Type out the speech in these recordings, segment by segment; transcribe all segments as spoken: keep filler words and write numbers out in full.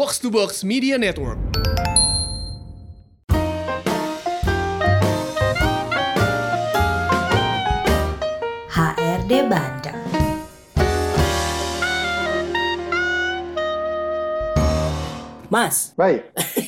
Box to Box Media Network. H R D Bandung. Mas. Baik.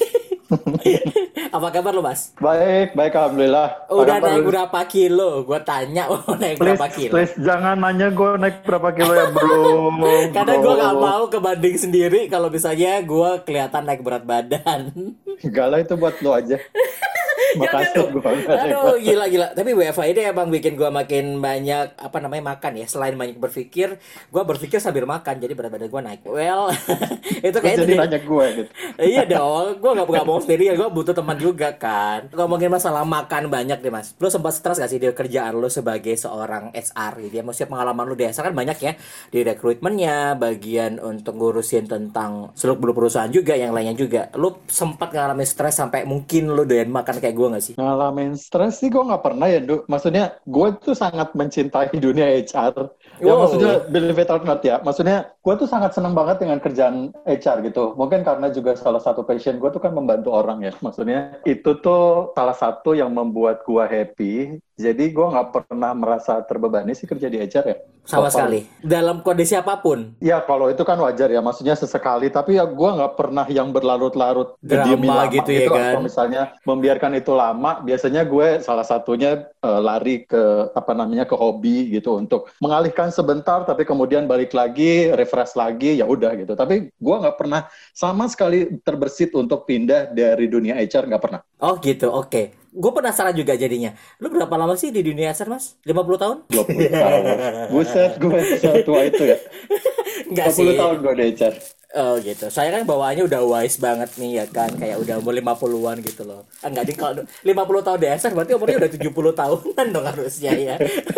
Apa kabar lo, Mas? Baik, baik alhamdulillah. Udah Apa naik kabar? berapa kilo? Gue tanya, oh naik Please, berapa kilo? please jangan nanya gue naik berapa kilo ya bro. Karena gue Bro. gak mau kebanding sendiri kalau misalnya gue kelihatan naik berat badan. Enggak lah, itu buat lo aja. Makasih gue. Aduh, gila-gila. Tapi W F H ini emang bikin gue makin banyak, apa namanya, makan ya. Selain banyak berpikir, gue berpikir sambil makan. Jadi berat badan gue naik. Well, itu kayak Jadi nanya gue gitu. Iya dong, gue gak, gak mau sendiri, gue butuh teman juga kan. Ngomongin masalah makan banyak deh mas. Lo sempat stres gak sih di kerjaan lo sebagai seorang H R gitu ya? Maksudnya pengalaman lo di H R kan banyak ya. Di rekrutmennya, bagian untuk ngurusin tentang seluk beluk perusahaan juga, yang lainnya juga. Lo sempat ngalamin stres sampai mungkin lo doyan makan kayak gue gak sih? Ngalamin stres sih gue gak pernah ya, Du. Maksudnya gue tuh sangat mencintai dunia H R. Ya Wow. maksudnya believe it or not ya. Maksudnya gue tuh sangat senang banget dengan kerjaan H R gitu. Mungkin karena juga salah satu passion gue tuh kan membantu orang ya. Maksudnya itu tuh salah satu yang membuat gue happy. Jadi gue nggak pernah merasa terbebani sih kerja di H R ya. Sama So far. sekali. Dalam kondisi apapun. Ya kalau itu kan wajar ya. Maksudnya sesekali. Tapi ya gue nggak pernah yang berlarut-larut Drama ngediemin lama gitu ya kan? Atau misalnya membiarkan itu lama. Biasanya gue salah satunya eh, lari ke apa namanya ke hobi gitu untuk mengalihkan sebentar. Tapi kemudian balik lagi, refresh lagi. Ya udah gitu. Tapi gue nggak pernah sama sekali terbersit untuk pindah dari dunia H R, nggak pernah. Oh gitu, oke. Gue penasaran juga jadinya. Lu berapa lama sih di dunia H R mas? lima puluh tahun? dua puluh tahun. Buset, gue setua itu ya. Enggak dua puluh sih. tahun gue di H R. Oh gitu. Saya kan bawaannya udah wise banget nih ya kan. Kayak udah umur lima puluhan gitu loh. Ah, enggak ding, kalau lima puluh tahun di H R berarti umurnya udah tujuh puluh tahunan dong harusnya ya.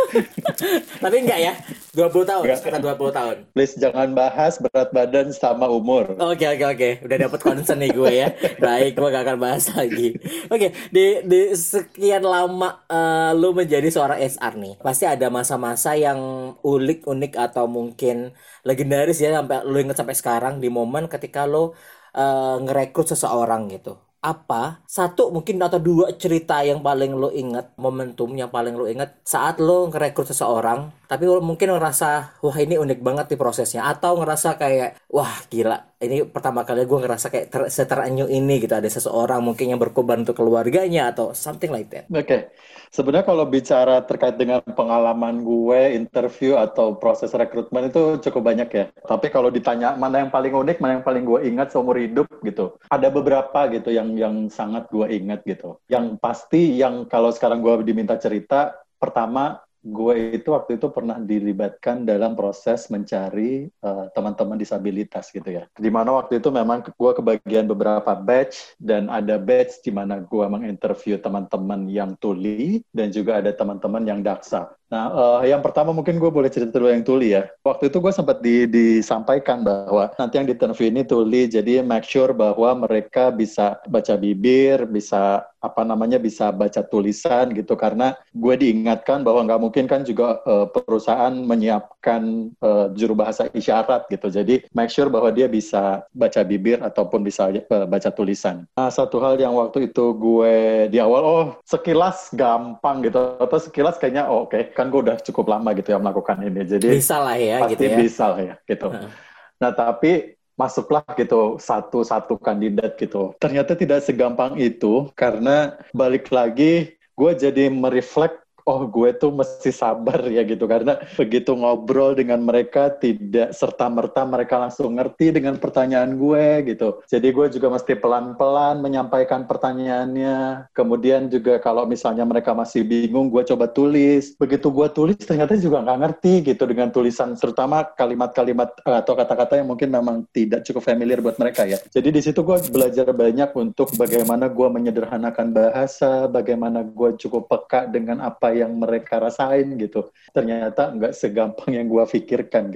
Tapi enggak ya. dua puluh tahun, Enggak. sekitar dua puluh tahun. Please jangan bahas berat badan sama umur. Oke oke oke, udah dapet concern nih gue ya. Baik, gue gak akan bahas lagi. Oke, di di sekian lama eh, lu menjadi seorang H R nih, pasti ada masa-masa yang unik-unik atau mungkin legendaris ya sampai lu inget sampai sekarang di momen ketika lu eh, ngerekrut seseorang gitu. Apa satu mungkin atau dua cerita yang paling lo inget, momentum yang paling lo inget saat lo ngerekrut seseorang tapi lo mungkin ngerasa wah ini unik banget di prosesnya, atau ngerasa kayak wah gila ini pertama kali gue ngerasa kayak ter- seterenyuh ini gitu, ada seseorang mungkin yang berkorban untuk keluarganya atau something like that. Oke, sebenarnya kalau bicara terkait dengan pengalaman gue, interview atau proses rekrutmen itu cukup banyak ya. Tapi kalau ditanya mana yang paling unik, mana yang paling gue ingat seumur hidup gitu, ada beberapa gitu yang yang sangat gue ingat gitu. Yang pasti yang kalau sekarang gue diminta cerita, pertama gue itu waktu itu pernah dilibatkan dalam proses mencari uh, teman-teman disabilitas gitu ya. Di mana waktu itu memang gue kebagian beberapa batch, dan ada batch di mana gue menginterview teman-teman yang tuli dan juga ada teman-teman yang daksa. Nah, uh, yang pertama mungkin gue boleh cerita dulu yang tuli ya. Waktu itu gue sempat di, disampaikan bahwa nanti yang di-interview ini tuli, jadi make sure bahwa mereka bisa baca bibir, bisa apa namanya bisa baca tulisan gitu, karena gue diingatkan bahwa nggak mungkin kan juga uh, perusahaan menyiapkan uh, juru bahasa isyarat gitu. Jadi make sure bahwa dia bisa baca bibir ataupun bisa uh, baca tulisan. Nah, satu hal yang waktu itu gue di awal oh sekilas gampang gitu, atau sekilas kayaknya oh, oke okay. Kan gue udah cukup lama gitu ya melakukan ini, jadi Bisa lah ya pasti gitu ya. bisa lah ya gitu. Heeh. Nah tapi masuklah gitu satu-satu kandidat gitu. Ternyata tidak segampang itu, karena balik lagi gue jadi mereflek, oh gue tuh mesti sabar ya gitu, karena begitu ngobrol dengan mereka tidak serta-merta mereka langsung ngerti dengan pertanyaan gue gitu. Jadi gue juga mesti pelan-pelan menyampaikan pertanyaannya. Kemudian juga kalau misalnya mereka masih bingung, gue coba tulis. Begitu gue tulis ternyata juga nggak ngerti gitu dengan tulisan, terutama kalimat-kalimat atau kata-kata yang mungkin memang tidak cukup familiar buat mereka ya. Jadi di situ gue belajar banyak untuk bagaimana gue menyederhanakan bahasa, bagaimana gue cukup peka dengan apa yang mereka rasain gitu. Ternyata nggak segampang yang gue pikirkan gitu ya.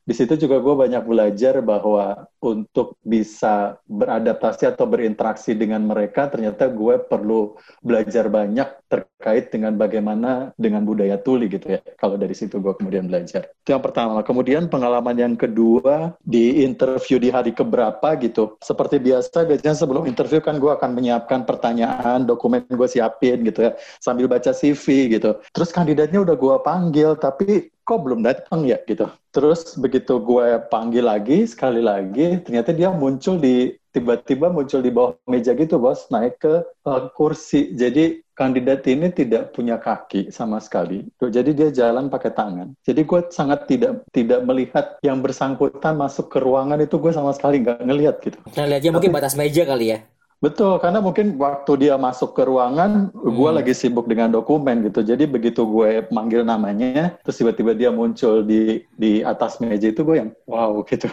di situ juga gue banyak belajar bahwa untuk bisa beradaptasi atau berinteraksi dengan mereka, ternyata gue perlu belajar banyak terkait dengan bagaimana dengan budaya tuli gitu ya. Kalau dari situ gue kemudian belajar. Itu yang pertama. Kemudian pengalaman yang kedua, di interview di hari keberapa gitu. Seperti biasa, biasanya sebelum interview kan gue akan menyiapkan pertanyaan, dokumen gue siapin gitu ya, sambil baca C V gitu. Terus kandidatnya udah gue panggil, tapi kok belum datang ya gitu. Terus begitu gue panggil lagi, sekali lagi, ternyata dia muncul di, tiba-tiba muncul di bawah meja gitu bos, naik ke uh, kursi. Jadi kandidat ini tidak punya kaki sama sekali. Jadi dia jalan pakai tangan. Jadi gue sangat tidak tidak melihat yang bersangkutan masuk ke ruangan itu, gue sama sekali nggak ngelihat gitu. Nah, lihatnya mungkin batas meja kali ya. Betul, karena mungkin waktu dia masuk ke ruangan, gue Hmm. lagi sibuk dengan dokumen gitu. Jadi begitu gue manggil namanya, terus tiba-tiba dia muncul di di atas meja itu, gue yang wow gitu.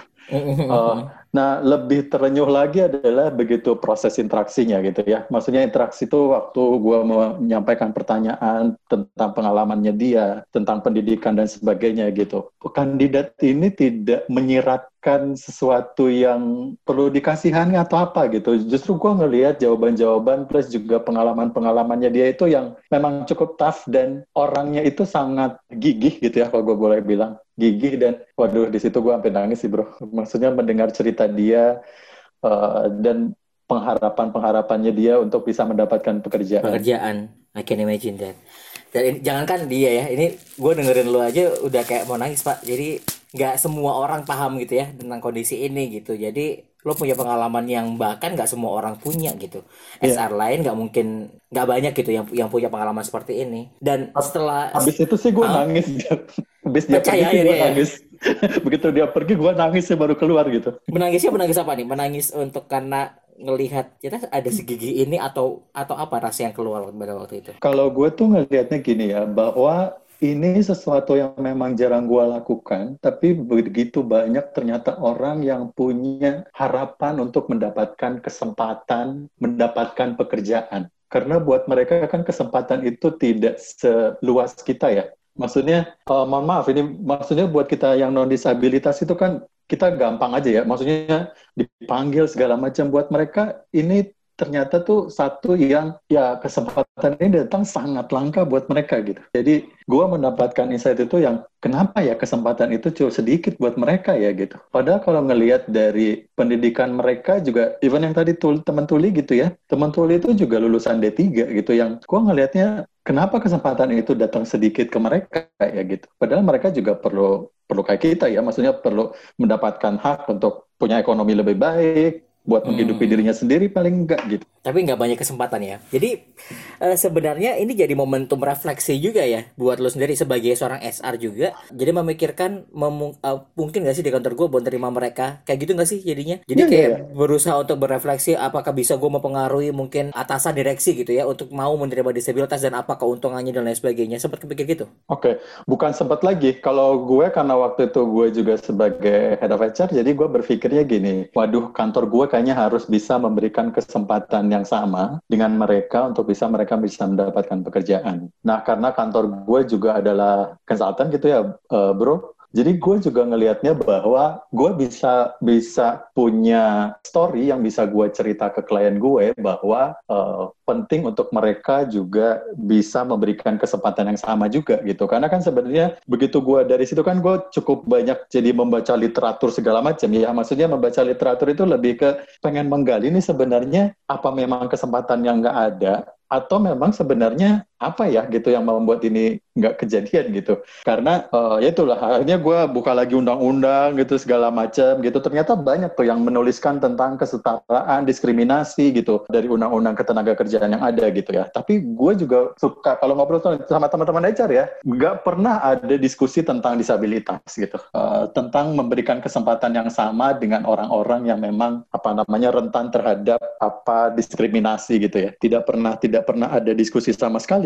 Uh, nah, lebih terenyuh lagi adalah begitu proses interaksinya gitu ya. Maksudnya interaksi itu waktu gue menyampaikan pertanyaan tentang pengalamannya dia, tentang pendidikan dan sebagainya gitu. Kandidat ini tidak menyiratkan sesuatu yang perlu dikasihani atau apa gitu. Justru gue ngelihat jawaban-jawaban plus juga pengalaman-pengalamannya dia itu yang memang cukup tough dan orangnya itu sangat gigih gitu ya, kalau gue boleh bilang. Gigih dan waduh, di situ gue sampai nangis sih bro. Maksudnya mendengar cerita dia uh, dan pengharapan-pengharapannya dia untuk bisa mendapatkan pekerjaan. Pekerjaan, I can imagine that. Dan ini, jangankan dia ya, ini gue dengerin lu aja udah kayak mau nangis pak. Jadi nggak semua orang paham gitu ya tentang kondisi ini gitu. Jadi lo punya pengalaman yang bahkan nggak semua orang punya gitu. S R Iya. lain nggak mungkin, nggak banyak gitu yang yang punya pengalaman seperti ini. Dan setelah Habis itu sih gue Hah? nangis. Habis dia Pecah pergi ya sih gue akhirnya ya. nangis. Begitu dia pergi gue nangis sih baru keluar gitu. Menangisnya menangis apa nih? Menangis untuk karena ngelihat kita ada segigi ini atau atau apa rasa yang keluar pada waktu itu? Kalau gue tuh ngelihatnya gini ya, bahwa ini sesuatu yang memang jarang gue lakukan, tapi begitu banyak ternyata orang yang punya harapan untuk mendapatkan kesempatan, mendapatkan pekerjaan. Karena buat mereka kan kesempatan itu tidak seluas kita ya. Maksudnya, uh, mohon maaf, ini maksudnya buat kita yang non-disabilitas itu kan kita gampang aja ya. Maksudnya dipanggil segala macam. Buat mereka ini ternyata tuh satu yang ya kesempatan ini datang sangat langka buat mereka gitu. Jadi gue mendapatkan insight itu yang kenapa ya kesempatan itu cuma sedikit buat mereka ya gitu. Padahal kalau ngelihat dari pendidikan mereka juga, even yang tadi tul, teman tuli gitu ya, teman tuli itu juga lulusan D tiga gitu, yang gue ngelihatnya kenapa kesempatan itu datang sedikit ke mereka ya gitu. Padahal mereka juga perlu perlu kayak kita ya, maksudnya perlu mendapatkan hak untuk punya ekonomi lebih baik, buat menghidupi Hmm. dirinya sendiri paling enggak gitu. Tapi nggak banyak kesempatan ya. Jadi eh, sebenarnya ini jadi momentum refleksi juga ya buat lo sendiri sebagai seorang S R juga. Jadi memikirkan memu- eh, mungkin nggak sih di kantor gue buat terima mereka kayak gitu nggak sih jadinya. Jadi Iya, iya, kayak iya. berusaha untuk berefleksi apakah bisa gue mempengaruhi mungkin atasan direksi gitu ya untuk mau menerima disabilitas dan apa keuntungannya dan lain sebagainya. Sempat kepikir gitu. Oke, bukan sempat lagi. Kalau gue, karena waktu itu gue juga sebagai head of H R, jadi gue berpikirnya gini, waduh, kantor gue kayaknya harus bisa memberikan kesempatan yang sama dengan mereka untuk bisa mereka bisa mendapatkan pekerjaan. Nah, karena kantor gue juga adalah konsultan gitu ya, uh, bro. Jadi gue juga ngelihatnya bahwa gue bisa bisa punya story yang bisa gue cerita ke klien gue bahwa uh, penting untuk mereka juga bisa memberikan kesempatan yang sama juga gitu. Karena kan sebenarnya begitu gue dari situ kan gue cukup banyak jadi membaca literatur segala macam ya. Maksudnya membaca literatur itu lebih ke pengen menggali ini sebenarnya apa memang kesempatan yang nggak ada atau memang sebenarnya apa ya gitu yang membuat ini nggak kejadian gitu. Karena uh, ya itulah akhirnya gue buka lagi undang-undang gitu segala macam gitu. Ternyata banyak tuh yang menuliskan tentang kesetaraan, diskriminasi gitu dari undang-undang ketenaga kerjaan yang ada gitu ya. Tapi gue juga suka kalau ngobrol sama teman-teman H R ya, nggak pernah ada diskusi tentang disabilitas gitu. Uh, tentang memberikan kesempatan yang sama dengan orang-orang yang memang apa namanya rentan terhadap apa diskriminasi gitu ya. Tidak pernah tidak pernah ada diskusi sama sekali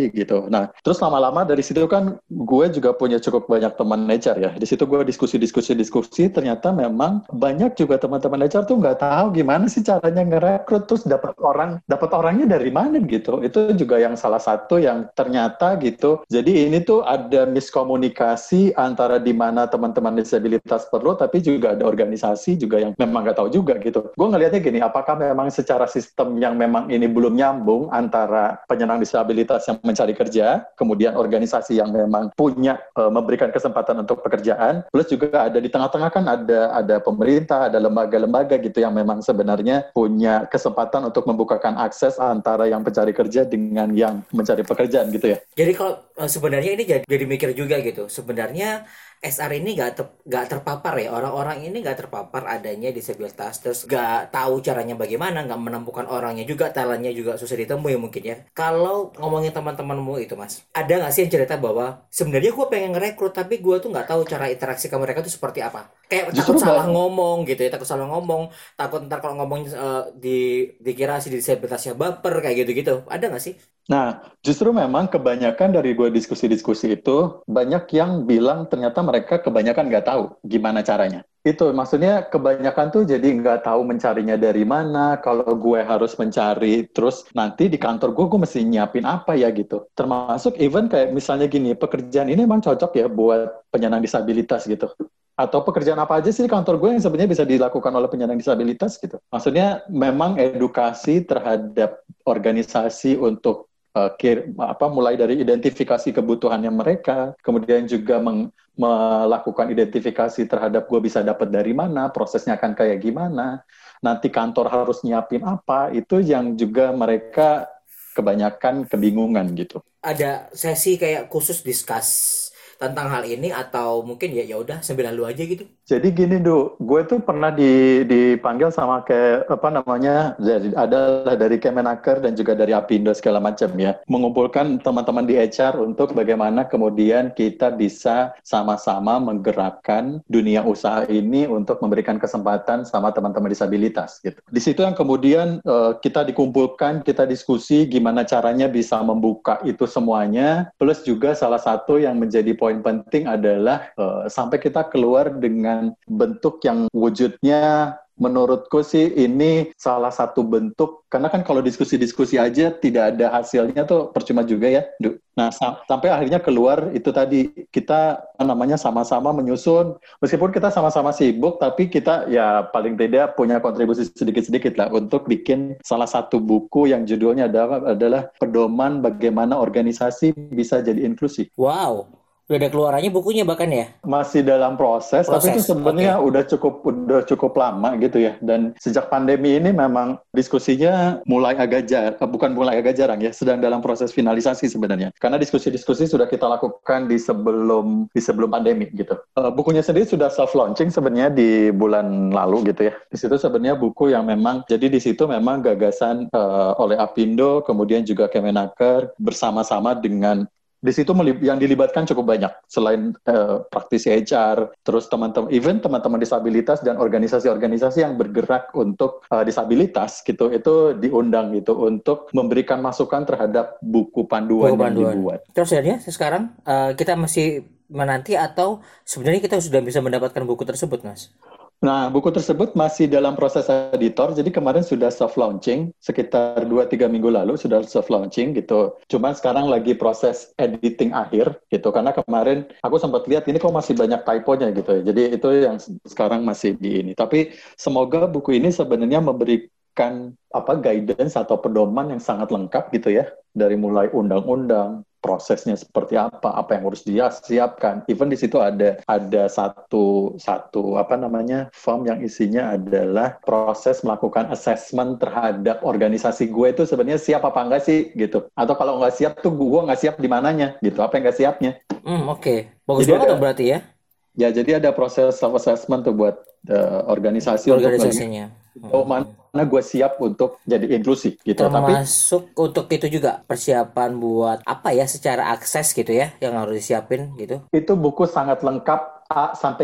sekali gitu. Nah, terus lama-lama dari situ kan gue juga punya cukup banyak teman H R ya. Di situ gue diskusi-diskusi-diskusi, ternyata memang banyak juga teman-teman H R tuh nggak tahu gimana sih caranya ngerekrut, terus dapat orang, dapat orangnya dari mana gitu. Itu juga yang salah satu yang ternyata gitu. Jadi ini tuh ada miskomunikasi antara di mana teman-teman disabilitas perlu, tapi juga ada organisasi juga yang memang nggak tahu juga gitu. Gue ngelihatnya gini, apakah memang secara sistem yang memang ini belum nyambung antara penyandang disabilitas yang mencari kerja, kemudian organisasi yang memang punya e, memberikan kesempatan untuk pekerjaan, plus juga ada di tengah-tengah kan ada ada pemerintah, ada lembaga-lembaga gitu yang memang sebenarnya punya kesempatan untuk membukakan akses antara yang pencari kerja dengan yang mencari pekerjaan gitu ya. Jadi kalau uh, sebenarnya ini jadi, jadi mikir juga gitu. Sebenarnya S R ini nggak ter, nggak terpapar ya, orang-orang ini nggak terpapar adanya disabilitas, terus nggak tahu caranya bagaimana, nggak menemukan orangnya juga, talentnya juga susah ditemui mungkin ya. Kalau ngomongin teman-temanmu itu Mas, ada nggak sih yang cerita bahwa sebenarnya gue pengen ngerekrut tapi gue tuh nggak tahu cara interaksi ke mereka tuh seperti apa? Kayak Justru takut salah Bang, ngomong gitu ya, takut salah ngomong, takut ntar kalau ngomong uh, di dikira si disabilitasnya baper kayak gitu-gitu. Ada nggak sih? Nah, justru memang kebanyakan dari gue diskusi-diskusi itu, banyak yang bilang ternyata mereka kebanyakan nggak tahu gimana caranya. Itu maksudnya kebanyakan tuh jadi nggak tahu mencarinya dari mana, kalau gue harus mencari, terus nanti di kantor gue, gue mesti nyiapin apa ya gitu. Termasuk even kayak misalnya gini, pekerjaan ini emang cocok ya buat penyandang disabilitas gitu. Atau pekerjaan apa aja sih di kantor gue yang sebenarnya bisa dilakukan oleh penyandang disabilitas gitu. Maksudnya memang edukasi terhadap organisasi untuk uh, kir, apa mulai dari identifikasi kebutuhannya mereka, kemudian juga meng, melakukan identifikasi terhadap gue bisa dapat dari mana, prosesnya akan kayak gimana, nanti kantor harus nyiapin apa, itu yang juga mereka kebanyakan kebingungan gitu. Ada sesi kayak khusus discuss tentang hal ini atau mungkin ya ya udah sambil lalu aja gitu. Jadi gini, Du, gue tuh pernah di, dipanggil sama kayak apa namanya, dari, adalah dari Kemenaker dan juga dari Apindo segala macam ya, mengumpulkan teman-teman di H R untuk bagaimana kemudian kita bisa sama-sama menggerakkan dunia usaha ini untuk memberikan kesempatan sama teman-teman disabilitas gitu. Di situ yang kemudian uh, kita dikumpulkan, kita diskusi gimana caranya bisa membuka itu semuanya, plus juga salah satu yang menjadi poin penting adalah uh, sampai kita keluar dengan bentuk yang wujudnya menurutku sih ini salah satu bentuk, karena kan kalau diskusi-diskusi aja tidak ada hasilnya tuh percuma juga ya, Du. Nah, sam- sampai akhirnya keluar itu tadi, kita namanya sama-sama menyusun, meskipun kita sama-sama sibuk, tapi kita ya paling tidak punya kontribusi sedikit-sedikit lah untuk bikin salah satu buku yang judulnya adalah, adalah Pedoman Bagaimana Organisasi Bisa Jadi Inklusif. Wow. Udah ada keluarannya bukunya bahkan ya? Masih dalam proses, tapi itu Proses. sebenarnya Oke. udah cukup udah cukup lama gitu ya. Dan sejak pandemi ini memang diskusinya mulai agak jarang, bukan mulai agak jarang ya, sedang dalam proses finalisasi sebenarnya. Karena diskusi-diskusi sudah kita lakukan di sebelum di sebelum pandemi gitu. Uh, bukunya sendiri sudah soft launching sebenarnya di bulan lalu gitu ya. Di situ sebenarnya buku yang memang, jadi di situ memang gagasan uh, oleh Apindo, kemudian juga Kemenaker bersama-sama dengan, di situ yang dilibatkan cukup banyak, selain uh, praktisi H R, terus teman-teman, even teman-teman disabilitas dan organisasi-organisasi yang bergerak untuk uh, disabilitas gitu, itu diundang gitu untuk memberikan masukan terhadap buku panduan, Buku yang panduan. dibuat. Terus ya sekarang uh, kita masih menanti atau sebenarnya kita sudah bisa mendapatkan buku tersebut, Mas? Nah, buku tersebut masih dalam proses editor, jadi kemarin sudah soft launching, sekitar dua tiga minggu lalu sudah soft launching gitu. Cuman sekarang lagi proses editing akhir gitu, karena kemarin aku sempat lihat ini kok masih banyak typonya gitu ya. Jadi itu yang sekarang masih di ini. Tapi semoga buku ini sebenarnya memberikan apa guidance atau pedoman yang sangat lengkap gitu ya, dari mulai undang-undang, prosesnya seperti apa, apa yang harus dia siapkan. Even di situ ada ada satu satu apa namanya form yang isinya adalah proses melakukan assessment terhadap organisasi gue itu sebenarnya siap apa enggak sih gitu. Atau kalau nggak siap tuh gue nggak siap di mananya gitu. Apa yang nggak siapnya? Hmm, oke. Okay. Bagus Jadi banget ada, dong berarti ya. Ya, jadi ada proses self assessment tuh buat uh, organisasi untuk Organisasinya. oh, mana gue siap untuk jadi inklusif gitu. Tapi Termasuk untuk itu juga persiapan buat apa ya secara akses gitu ya yang harus disiapin gitu. itu buku sangat lengkap A sampai Z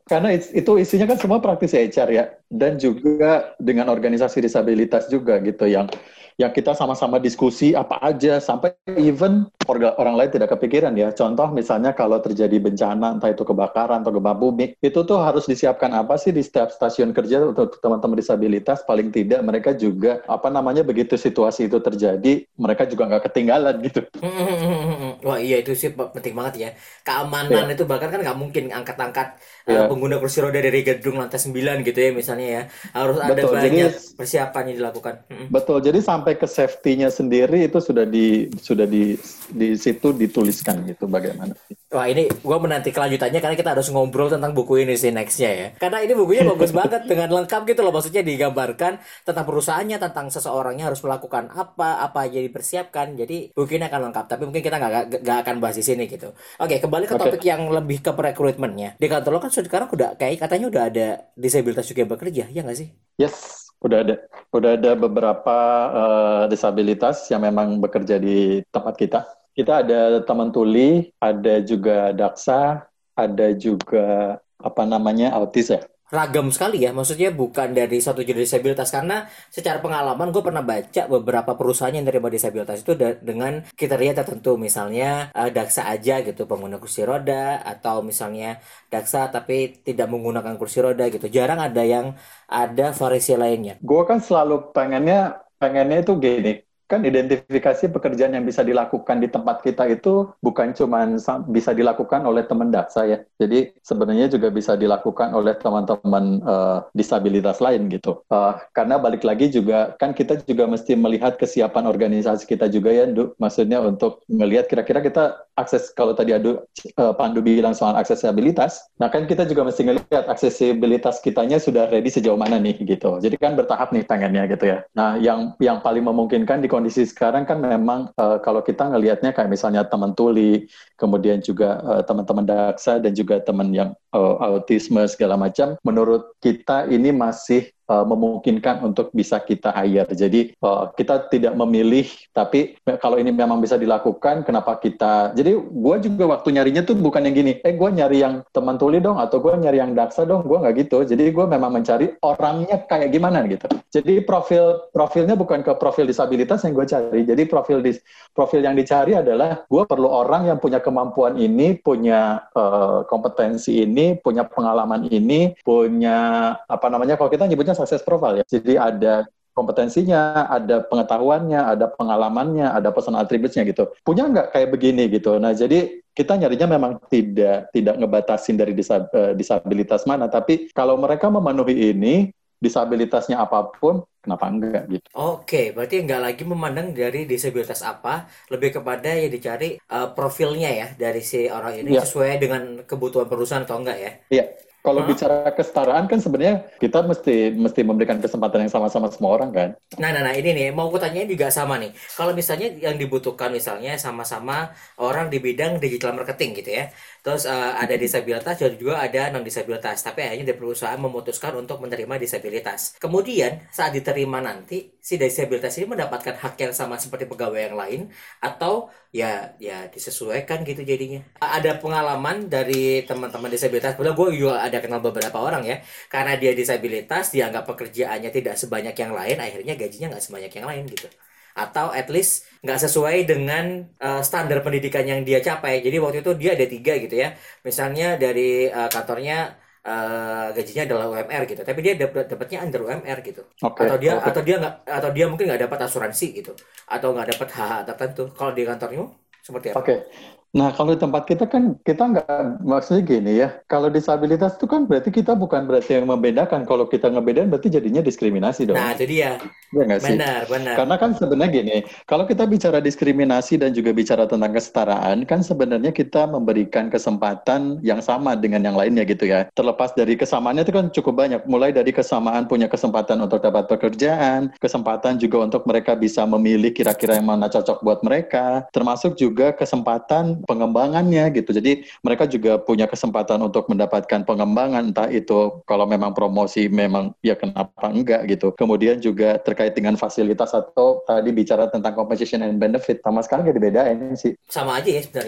Karena it- itu isinya kan semua praktisi H R ya, dan juga dengan organisasi disabilitas juga gitu yang yang kita sama-sama diskusi apa aja sampai even orga- orang lain tidak kepikiran ya. Contoh misalnya kalau terjadi bencana entah itu kebakaran atau gempa bumi, itu tuh harus disiapkan apa sih di setiap stasiun kerja untuk teman-teman disabilitas, paling tidak mereka juga apa namanya begitu situasi itu terjadi, mereka juga nggak ketinggalan gitu. Wah iya itu sih pe- penting banget ya. Keamanan Ya, itu bahkan kan nggak mungkin angkat-angkat eh, ya, pengguna kursi roda dari gedung lantai sembilan gitu ya misalnya ya. Harus ada betul. Jadi banyak persiapan yang dilakukan. Mm-mm. betul. Jadi sampai ke safety-nya sendiri itu sudah di sudah di di situ dituliskan gitu bagaimana. Wah ini gua menanti kelanjutannya karena kita harus ngobrol tentang buku ini sih nextnya ya. Karena ini bukunya bagus banget dengan lengkap gitu loh. Maksudnya digambarkan tentang perusahaannya, tentang seseorangnya harus melakukan apa, apa aja dipersiapkan. Jadi buku ini akan lengkap. Tapi mungkin kita nggak nggak akan bahas di sini gitu. Oke kembali ke Oke. topik yang lebih ke perekrutmennya. Di kantor lo kan sekarang udah kayak katanya udah ada disabilitas juga yang bekerja, ya nggak sih? Yes, udah ada. Udah ada beberapa eh, disabilitas yang memang bekerja di tempat kita. Kita ada teman tuli, ada juga daksa, ada juga apa namanya autis ya. Ragam sekali ya, maksudnya bukan dari satu jenis disabilitas karena secara pengalaman gue pernah baca beberapa perusahaan yang terima disabilitas itu da- dengan kriteria tertentu, misalnya eh, daksa aja gitu pengguna kursi roda atau misalnya daksa tapi tidak menggunakan kursi roda gitu, jarang ada yang ada variasi lainnya. Gue kan selalu pengennya pengennya itu gini, kan identifikasi pekerjaan yang bisa dilakukan di tempat kita itu bukan cuma bisa dilakukan oleh teman daksa ya. Jadi sebenarnya juga bisa dilakukan oleh teman-teman eh, disabilitas lain gitu. Eh, karena balik lagi juga kan kita juga mesti melihat kesiapan organisasi kita juga ya, Du. Maksudnya untuk melihat kira-kira kita akses, kalau tadi Adu, eh, Pandu bilang soal aksesibilitas, nah kan kita juga mesti ngelihat aksesibilitas kitanya sudah ready sejauh mana nih gitu. Jadi kan bertahap nih pengennya gitu ya. Nah yang yang paling memungkinkan di kondisi sekarang kan memang eh, kalau kita ngelihatnya kayak misalnya teman tuli, kemudian juga eh, teman-teman daksa dan juga teman yang eh, autisme segala macam, menurut kita ini masih eh, memungkinkan untuk bisa kita hire. Jadi eh, kita tidak memilih, tapi kalau ini memang bisa dilakukan, kenapa kita? Jadi gue juga waktu nyarinya tuh bukan yang gini, eh gue nyari yang teman tuli dong, atau gue nyari yang daksa dong, gue nggak gitu. Jadi gue memang mencari orangnya kayak gimana gitu. Jadi profil profilnya bukan ke profil disabilitas yang gue cari. Jadi profil dis, profil yang dicari adalah gue perlu orang yang punya kemampuan ini, punya eh, kompetensi ini, punya pengalaman ini, punya apa namanya? Kalau kita nyebutnya success profile ya. Jadi ada kompetensinya, ada pengetahuannya, ada pengalamannya, ada personal attributes-nya gitu. Punya nggak kayak begini gitu. Nah, jadi kita nyarinya memang tidak tidak ngebatasin dari disab, eh, disabilitas mana, tapi kalau mereka memenuhi ini, disabilitasnya apapun, kenapa enggak gitu. Oke, berarti nggak lagi memandang dari disabilitas apa, lebih kepada yang dicari eh, profilnya ya dari si orang ini Iya, sesuai dengan kebutuhan perusahaan atau enggak ya? iya. Kalau Hah? bicara kesetaraan kan sebenarnya kita mesti mesti memberikan kesempatan yang sama-sama semua orang kan. Nah, nah, nah, ini nih, mau aku tanyain juga sama nih. Kalau misalnya yang dibutuhkan misalnya sama-sama orang di bidang digital marketing gitu ya. Terus eh, ada disabilitas dan juga ada non-disabilitas. Tapi akhirnya dari perusahaan memutuskan untuk menerima disabilitas. Kemudian saat diterima nanti, si disabilitas ini mendapatkan hak yang sama seperti pegawai yang lain. Atau ya ya disesuaikan gitu jadinya. A- Ada pengalaman dari teman-teman disabilitas. Padahal gue juga ada kenal beberapa orang ya. Karena dia disabilitas, dianggap pekerjaannya tidak sebanyak yang lain, akhirnya gajinya nggak sebanyak yang lain gitu. Atau at least nggak sesuai dengan eh, standar pendidikan yang dia capai. Jadi waktu itu dia ada tiga gitu ya. Misalnya dari eh, kantornya eh, gajinya adalah U M R gitu, tapi dia dapat dapatnya under U M R gitu. Oke, Atau dia oke. atau dia nggak atau dia mungkin nggak dapat asuransi gitu, atau nggak dapat hak tertentu. Kalau di kantornya seperti apa? Oke. Nah, kalau di tempat kita kan kita nggak, maksudnya gini ya, kalau disabilitas itu kan berarti kita bukan berarti yang membedakan. Kalau kita ngebedain berarti jadinya diskriminasi Nah, dong. itu dia. Iya nggak sih? Benar, benar. Karena kan sebenarnya gini, kalau kita bicara diskriminasi dan juga bicara tentang kesetaraan, kan sebenarnya kita memberikan kesempatan yang sama dengan yang lainnya gitu ya. Terlepas dari kesamaannya itu kan cukup banyak, mulai dari kesamaan punya kesempatan untuk dapat pekerjaan, kesempatan juga untuk mereka bisa memilih kira-kira yang mana cocok buat mereka, termasuk juga kesempatan pengembangannya gitu. Jadi mereka juga punya kesempatan untuk mendapatkan pengembangan, entah itu kalau memang promosi memang ya kenapa enggak gitu. Kemudian juga terkait dengan fasilitas atau tadi bicara tentang compensation and benefit, sama sekali nggak dibedain sih. Sama aja ya sebenarnya ya.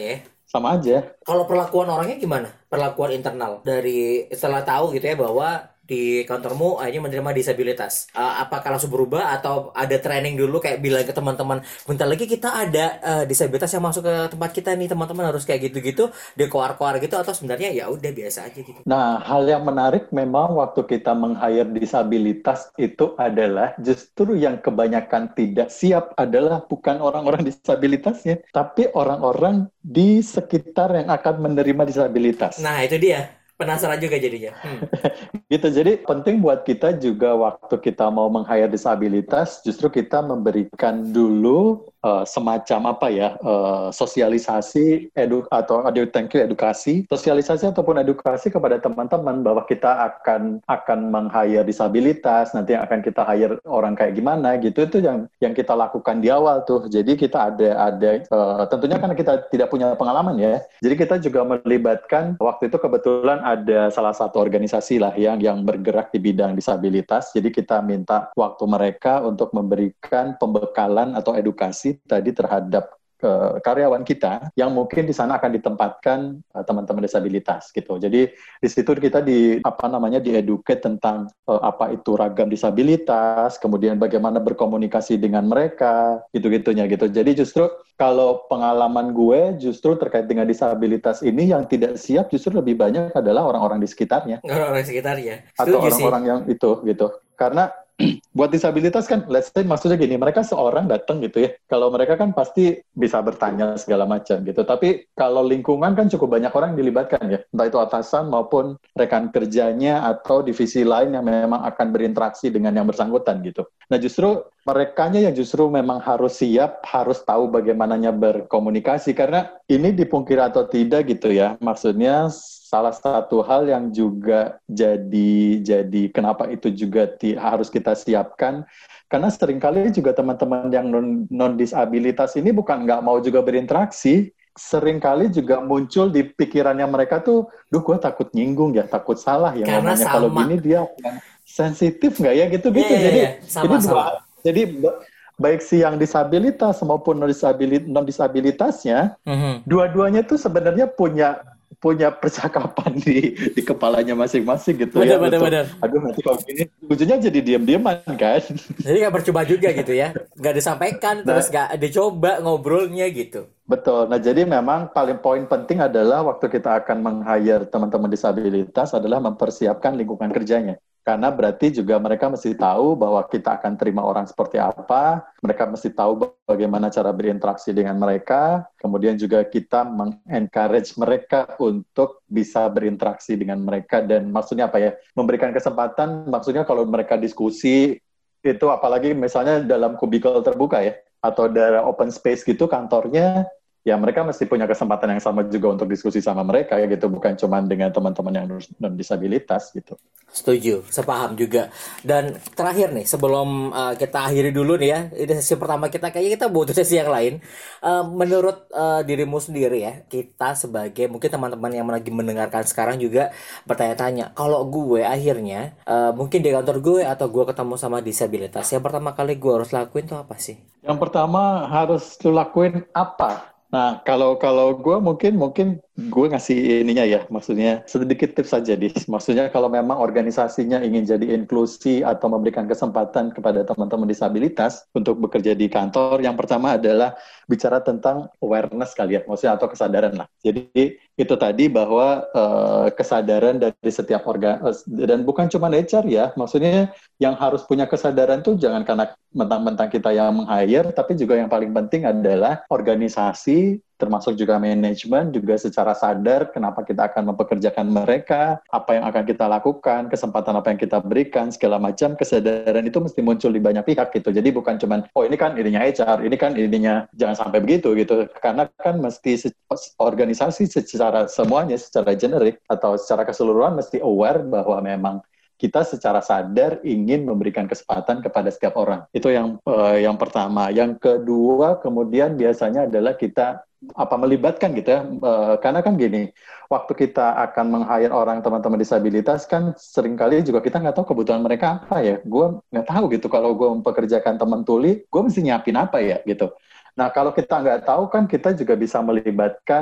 sama aja. Kalau perlakuan orangnya gimana? Perlakuan internal dari setelah tahu gitu ya bahwa di kantormu hanya menerima disabilitas. Uh, apakah langsung berubah atau ada training dulu kayak bilang ke teman-teman, bentar lagi kita ada uh, disabilitas yang masuk ke tempat kita nih, teman-teman harus kayak gitu-gitu, dikoar-koar gitu, atau sebenarnya ya udah biasa aja gitu. Nah, hal yang menarik memang waktu kita meng-hire disabilitas itu adalah justru yang kebanyakan tidak siap adalah bukan orang-orang disabilitasnya, tapi orang-orang di sekitar yang akan menerima disabilitas. Nah, itu dia. Penasaran juga jadinya. Hmm. Gitu, jadi penting buat kita juga waktu kita mau meng-hire disabilitas, justru kita memberikan dulu uh, semacam apa ya, uh, sosialisasi edu atau aduh, thank you, edukasi, sosialisasi ataupun edukasi kepada teman-teman bahwa kita akan akan meng-hire disabilitas, nanti yang akan kita hire orang kayak gimana gitu, itu yang yang kita lakukan di awal tuh. Jadi kita ada ada uh, tentunya karena kita tidak punya pengalaman ya, jadi kita juga melibatkan waktu itu kebetulan ada salah satu organisasi lah yang yang bergerak di bidang disabilitas. Jadi kita minta waktu mereka untuk memberikan pembekalan atau edukasi tadi terhadap ke karyawan kita yang mungkin di sana akan ditempatkan uh, teman-teman disabilitas gitu. Jadi di situ kita di apa namanya dieducate tentang uh, apa itu ragam disabilitas, kemudian bagaimana berkomunikasi dengan mereka, gitu-gitunya gitu. Jadi justru kalau pengalaman gue justru terkait dengan disabilitas ini yang tidak siap justru lebih banyak adalah orang-orang di sekitarnya. Orang-orang di sekitarnya. Atau orang-orang yang itu gitu. Karena buat disabilitas kan, let's say maksudnya gini, mereka seorang datang gitu ya, kalau mereka kan pasti bisa bertanya segala macam gitu, tapi kalau lingkungan kan cukup banyak orang yang dilibatkan ya, entah itu atasan maupun rekan kerjanya atau divisi lain yang memang akan berinteraksi dengan yang bersangkutan gitu. Nah justru merekanya yang justru memang harus siap, harus tahu bagaimananya berkomunikasi, karena ini dipungkiri atau tidak gitu ya, maksudnya salah satu hal yang juga jadi jadi kenapa itu juga ti, harus kita siapkan, karena seringkali juga teman-teman yang non, non disabilitas ini bukan nggak mau juga berinteraksi, seringkali juga muncul di pikirannya mereka tuh, duh gue takut nyinggung ya, takut salah ya ngomongnya, kalau gini dia sensitif nggak ya gitu-gitu. Yeah, jadi yeah, yeah. Sama, jadi sama. jadi baik si yang disabilitas maupun non disabilitas non disabilitasnya, mm-hmm. dua-duanya tuh sebenarnya punya punya percakapan di di kepalanya masing-masing gitu. Bener, ya. Bener, bener. Aduh nanti kalau gini, ujungnya jadi diam-diaman kan. Jadi nggak percuma juga gitu ya, nggak disampaikan, nah, terus nggak dicoba ngobrolnya gitu. Betul. Nah jadi memang paling poin penting adalah waktu kita akan meng-hire teman-teman disabilitas adalah mempersiapkan lingkungan kerjanya. Karena berarti juga mereka mesti tahu bahwa kita akan terima orang seperti apa, mereka mesti tahu bagaimana cara berinteraksi dengan mereka, kemudian juga kita meng-encourage mereka untuk bisa berinteraksi dengan mereka, dan maksudnya apa ya, memberikan kesempatan, maksudnya kalau mereka diskusi, itu apalagi misalnya dalam kubikel terbuka ya, atau dalam open space gitu kantornya, ya mereka mesti punya kesempatan yang sama juga untuk diskusi sama mereka ya gitu, bukan cuma dengan teman-teman yang non disabilitas gitu. Setuju, sepaham juga. Dan terakhir nih, sebelum uh, kita akhiri dulu nih ya, ini sesi pertama kita, kayaknya kita butuh sesi yang lain. Uh, menurut uh, dirimu sendiri ya, kita sebagai mungkin teman-teman yang lagi mendengarkan sekarang juga bertanya-tanya, kalau gue akhirnya uh, mungkin di kantor gue atau gue ketemu sama disabilitas, yang pertama kali gue harus lakuin tuh apa sih? Yang pertama harus lu lakuin apa? Nah, kalau kalau gue mungkin mungkin gue ngasih ininya ya, maksudnya sedikit tips saja di. Maksudnya kalau memang organisasinya ingin jadi inklusi atau memberikan kesempatan kepada teman-teman disabilitas untuk bekerja di kantor, yang pertama adalah bicara tentang awareness kali ya, maksudnya atau kesadaran lah. Jadi itu tadi bahwa uh, kesadaran dari setiap organ, uh, dan bukan cuma H R ya, maksudnya yang harus punya kesadaran tuh jangan karena mentang-mentang kita yang meng-hire, tapi juga yang paling penting adalah organisasi, termasuk juga manajemen juga secara sadar kenapa kita akan mempekerjakan mereka, apa yang akan kita lakukan, kesempatan apa yang kita berikan, segala macam. Kesadaran itu mesti muncul di banyak pihak gitu. Jadi bukan cuman, oh ini kan ininya H R, ini kan ininya, jangan sampai begitu gitu. Karena kan mesti organisasi secara semuanya, secara generik atau secara keseluruhan mesti aware bahwa memang kita secara sadar ingin memberikan kesempatan kepada setiap orang. Itu yang uh, yang pertama. Yang kedua, kemudian biasanya adalah kita apa melibatkan gitu ya. Uh, karena kan gini, waktu kita akan meng-hire orang teman-teman disabilitas kan seringkali juga kita nggak tahu kebutuhan mereka apa ya. Gue nggak tahu gitu kalau gue mempekerjakan teman tuli, gue mesti nyiapin apa ya gitu. Nah kalau kita nggak tahu kan kita juga bisa melibatkan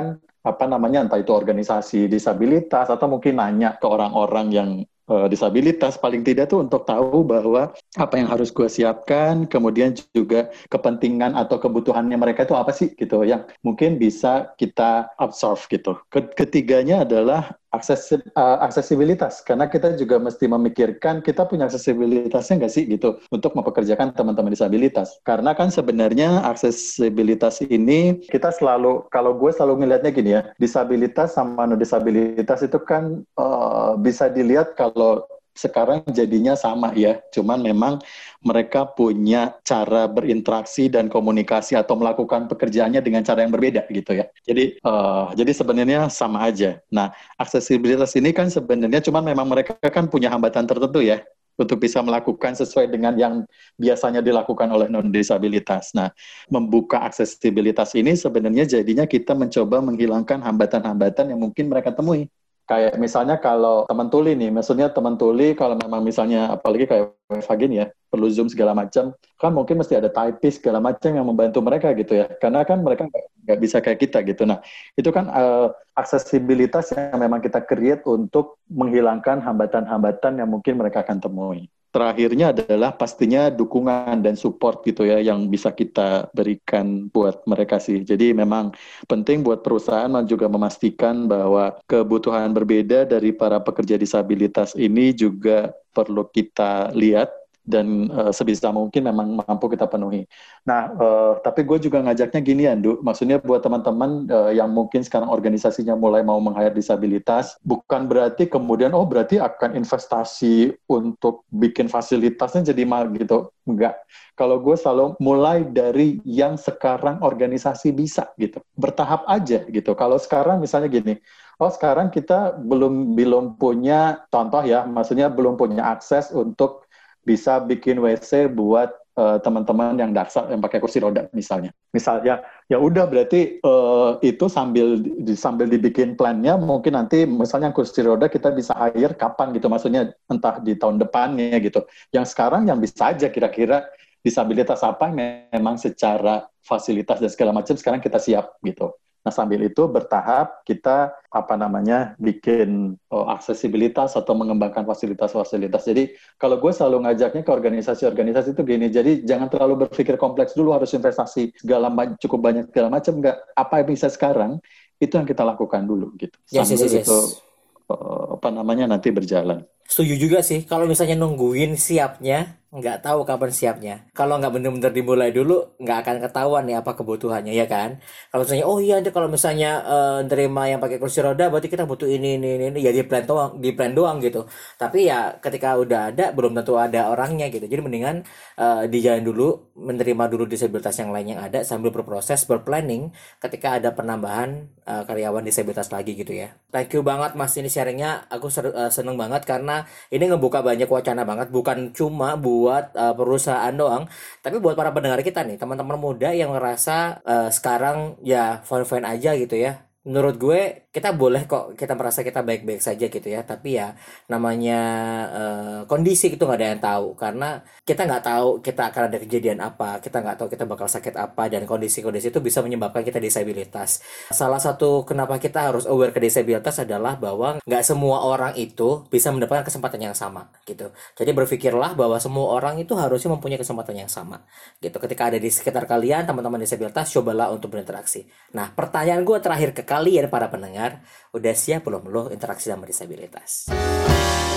apa namanya, entah itu organisasi disabilitas atau mungkin nanya ke orang-orang yang uh, disabilitas, paling tidak tuh untuk tahu bahwa apa yang harus gue siapkan, kemudian juga kepentingan atau kebutuhannya mereka itu apa sih gitu, yang mungkin bisa kita absorb gitu. Ketiganya adalah akses uh, aksesibilitas, karena kita juga mesti memikirkan kita punya aksesibilitasnya nggak sih gitu untuk mempekerjakan teman-teman disabilitas. Karena kan sebenarnya aksesibilitas ini kita selalu, kalau gue selalu ngelihatnya gini ya, disabilitas sama non disabilitas itu kan uh, bisa dilihat kalau sekarang jadinya sama ya, cuman memang mereka punya cara berinteraksi dan komunikasi atau melakukan pekerjaannya dengan cara yang berbeda gitu ya. Jadi uh, jadi sebenarnya sama aja. Nah, aksesibilitas ini kan sebenarnya cuman memang mereka kan punya hambatan tertentu ya untuk bisa melakukan sesuai dengan yang biasanya dilakukan oleh non-disabilitas. Nah, membuka aksesibilitas ini sebenarnya jadinya kita mencoba menghilangkan hambatan-hambatan yang mungkin mereka temui. Kayak misalnya kalau teman tuli nih, maksudnya teman tuli kalau memang misalnya apalagi kayak W F H gini ya, perlu Zoom segala macam, kan mungkin mesti ada typist segala macam yang membantu mereka gitu ya, karena kan mereka nggak bisa kayak kita gitu. Nah, itu kan uh, aksesibilitas yang memang kita create untuk menghilangkan hambatan-hambatan yang mungkin mereka akan temui. Terakhirnya adalah pastinya dukungan dan support gitu ya yang bisa kita berikan buat mereka sih. Jadi memang penting buat perusahaan juga memastikan bahwa kebutuhan berbeda dari para pekerja disabilitas ini juga perlu kita lihat dan uh, sebisa mungkin memang mampu kita penuhi. Nah, uh, tapi gue juga ngajaknya gini ya, Ndu. Maksudnya buat teman-teman uh, yang mungkin sekarang organisasinya mulai mau meng-hire disabilitas, bukan berarti kemudian, oh berarti akan investasi untuk bikin fasilitasnya jadi mahal gitu. Enggak. Kalau gue selalu mulai dari yang sekarang organisasi bisa gitu. Bertahap aja gitu. Kalau sekarang misalnya gini, oh sekarang kita belum belum punya, contoh ya, maksudnya belum punya akses untuk bisa bikin W C buat uh, teman-teman yang daksa yang pakai kursi roda misalnya. Misalnya ya udah berarti uh, itu sambil di, sambil dibikin plannya mungkin nanti misalnya kursi roda kita bisa hire kapan gitu, maksudnya entah di tahun depannya gitu. Yang sekarang yang bisa aja kira-kira disabilitas apa yang memang secara fasilitas dan segala macam sekarang kita siap gitu. Nah, sambil itu bertahap kita apa namanya bikin oh, aksesibilitas atau mengembangkan fasilitas-fasilitas. Jadi kalau gue selalu ngajaknya ke organisasi-organisasi itu gini, jadi jangan terlalu berpikir kompleks dulu harus investasi segala cukup banyak segala macam, enggak. Apa yang bisa sekarang itu yang kita lakukan dulu gitu. Yes, Sambil yes, yes, itu yes. uh, apa namanya nanti berjalan. Setuju juga sih, kalau misalnya nungguin siapnya, nggak tahu kapan siapnya. Kalau nggak bener-bener dimulai dulu, nggak akan ketahuan nih apa kebutuhannya, ya kan? Kalau misalnya, oh iya, nanti kalau misalnya uh, nerima yang pakai kursi roda, berarti kita butuh ini, ini, ini, ini. Ya di plan doang, di plan doang gitu. Tapi ya ketika udah ada, belum tentu ada orangnya gitu. Jadi mendingan uh, dijalan dulu, menerima dulu disabilitas yang lain yang ada, sambil berproses, berplanning, ketika ada penambahan uh, karyawan disabilitas lagi gitu ya. Thank you banget Mas, ini sharingnya, aku ser- uh, seneng banget karena ini ngebuka banyak wacana banget, bukan cuma buat uh, perusahaan doang, tapi buat para pendengar kita nih, teman-teman muda yang ngerasa uh, sekarang ya fine-fine aja gitu ya. Menurut gue kita boleh kok kita merasa kita baik-baik saja gitu ya, tapi ya namanya uh, kondisi itu nggak ada yang tahu, karena kita nggak tahu kita akan ada kejadian apa, kita nggak tahu kita bakal sakit apa, dan kondisi-kondisi itu bisa menyebabkan kita disabilitas. Salah satu kenapa kita harus aware ke disabilitas adalah bahwa nggak semua orang itu bisa mendapatkan kesempatan yang sama gitu. Jadi berpikirlah bahwa semua orang itu harusnya mempunyai kesempatan yang sama gitu. Ketika ada di sekitar kalian teman-teman disabilitas, cobalah untuk berinteraksi. Nah, pertanyaan gue terakhir ke kalian para pendengar, udah siap belum lo interaksi sama disabilitas?